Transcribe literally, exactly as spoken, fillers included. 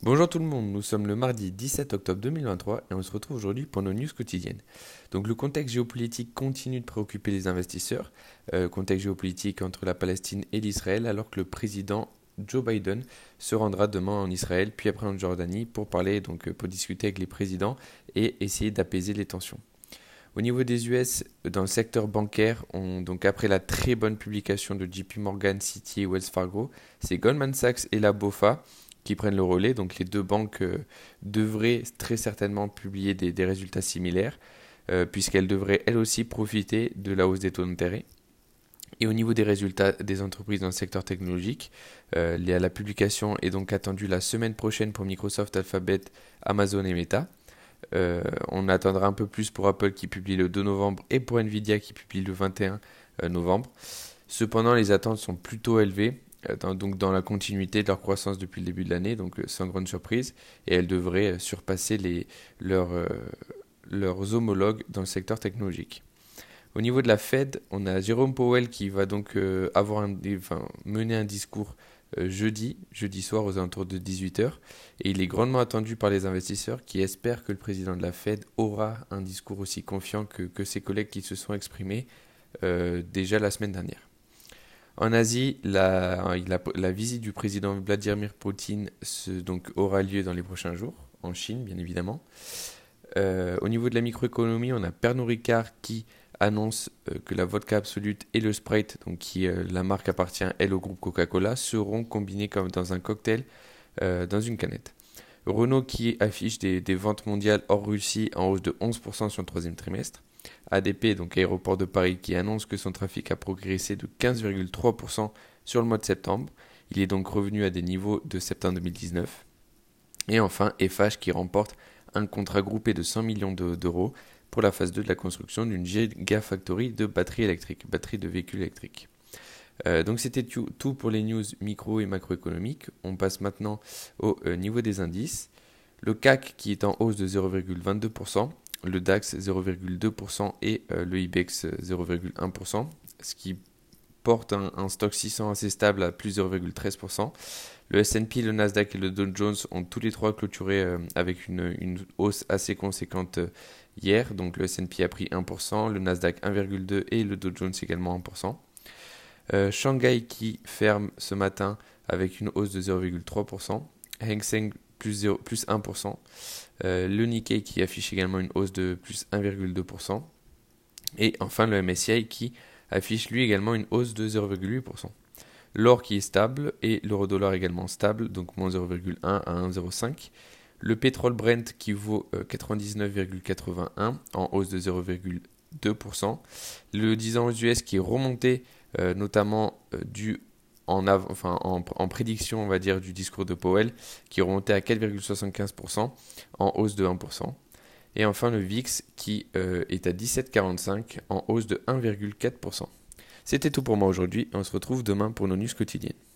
Bonjour tout le monde, nous sommes le mardi dix-sept octobre deux mille vingt-trois et on se retrouve aujourd'hui pour nos news quotidiennes. Donc le contexte géopolitique continue de préoccuper les investisseurs, euh, contexte géopolitique entre la Palestine et l'Israël alors que le président Joe Biden se rendra demain en Israël puis après en Jordanie pour parler donc euh, pour discuter avec les présidents et essayer d'apaiser les tensions. Au niveau des U S, dans le secteur bancaire, on, donc après la très bonne publication de J P Morgan, Citi et Wells Fargo, c'est Goldman Sachs et la BofA qui prennent le relais. Donc les deux banques euh, devraient très certainement publier des, des résultats similaires, euh, puisqu'elles devraient elles aussi profiter de la hausse des taux d'intérêt. Et au niveau des résultats des entreprises dans le secteur technologique, euh, la, la publication est donc attendue la semaine prochaine pour Microsoft, Alphabet, Amazon et Meta. Euh, on attendra un peu plus pour Apple qui publie le deux novembre et pour Nvidia qui publie le vingt et un novembre. Cependant, les attentes sont plutôt élevées, euh, dans, donc dans la continuité de leur croissance depuis le début de l'année, donc euh, sans grande surprise, et elles devraient euh, surpasser les, leurs, euh, leurs homologues dans le secteur technologique. Au niveau de la Fed, on a Jérôme Powell qui va donc euh, avoir un, enfin, mener un discours euh, jeudi, jeudi soir aux alentours de dix-huit heures. Et il est grandement attendu par les investisseurs qui espèrent que le président de la Fed aura un discours aussi confiant que, que ses collègues qui se sont exprimés euh, déjà la semaine dernière. En Asie, la, la, la visite du président Vladimir Poutine se, donc, aura lieu dans les prochains jours, en Chine bien évidemment. Euh, au niveau de la microéconomie, on a Pernod Ricard qui annonce euh, que la vodka Absolute et le Sprite, donc qui euh, la marque appartient elle au groupe Coca-Cola, seront combinés comme dans un cocktail euh, dans une canette. Renault qui affiche des, des ventes mondiales hors Russie en hausse de onze pour cent sur le troisième trimestre. A D P, donc Aéroport de Paris, qui annonce que son trafic a progressé de quinze virgule trois pour cent sur le mois de septembre. Il est donc revenu à des niveaux de septembre deux mille dix-neuf. Et enfin, F H qui remporte un contrat groupé de cent millions d'euros pour la phase deux de la construction d'une gigafactory de batteries électriques, batteries de véhicules électriques. Euh, donc c'était tout pour les news micro et macroéconomiques. On passe maintenant au euh, niveau des indices. Le C A C qui est en hausse de zéro virgule vingt-deux pour cent, le DAX zéro virgule deux pour cent et euh, le IBEX zéro virgule un pour cent, ce qui porte un, un stock six cents assez stable à plus zéro virgule treize pour cent. Le S and P, le Nasdaq et le Dow Jones ont tous les trois clôturé euh, avec une, une hausse assez conséquente euh, hier. Donc le S and P a pris un pour cent, le Nasdaq un virgule deux pour cent et le Dow Jones également un pour cent. Euh, Shanghai qui ferme ce matin avec une hausse de zéro virgule trois pour cent. Hang Seng plus, zéro, plus un pour cent. Euh, le Nikkei qui affiche également une hausse de plus un virgule deux pour cent. Et enfin le M S C I qui affiche lui également une hausse de zéro virgule huit pour cent. L'or qui est stable et l'euro-dollar également stable, donc moins zéro virgule un à un virgule zéro cinq. Le pétrole Brent qui vaut euh, quatre-vingt-dix-neuf virgule quatre-vingt-un en hausse de zéro virgule deux pour cent. Le dix ans aux U S qui est remonté euh, notamment euh, dû en, av- enfin, en, en prédiction on va dire du discours de Powell qui est remonté à quatre virgule soixante-quinze pour cent en hausse de un pour cent. Et enfin le V I X qui euh, est à dix-sept virgule quarante-cinq en hausse de un virgule quatre pour cent. C'était tout pour moi aujourd'hui et on se retrouve demain pour nos news quotidiennes.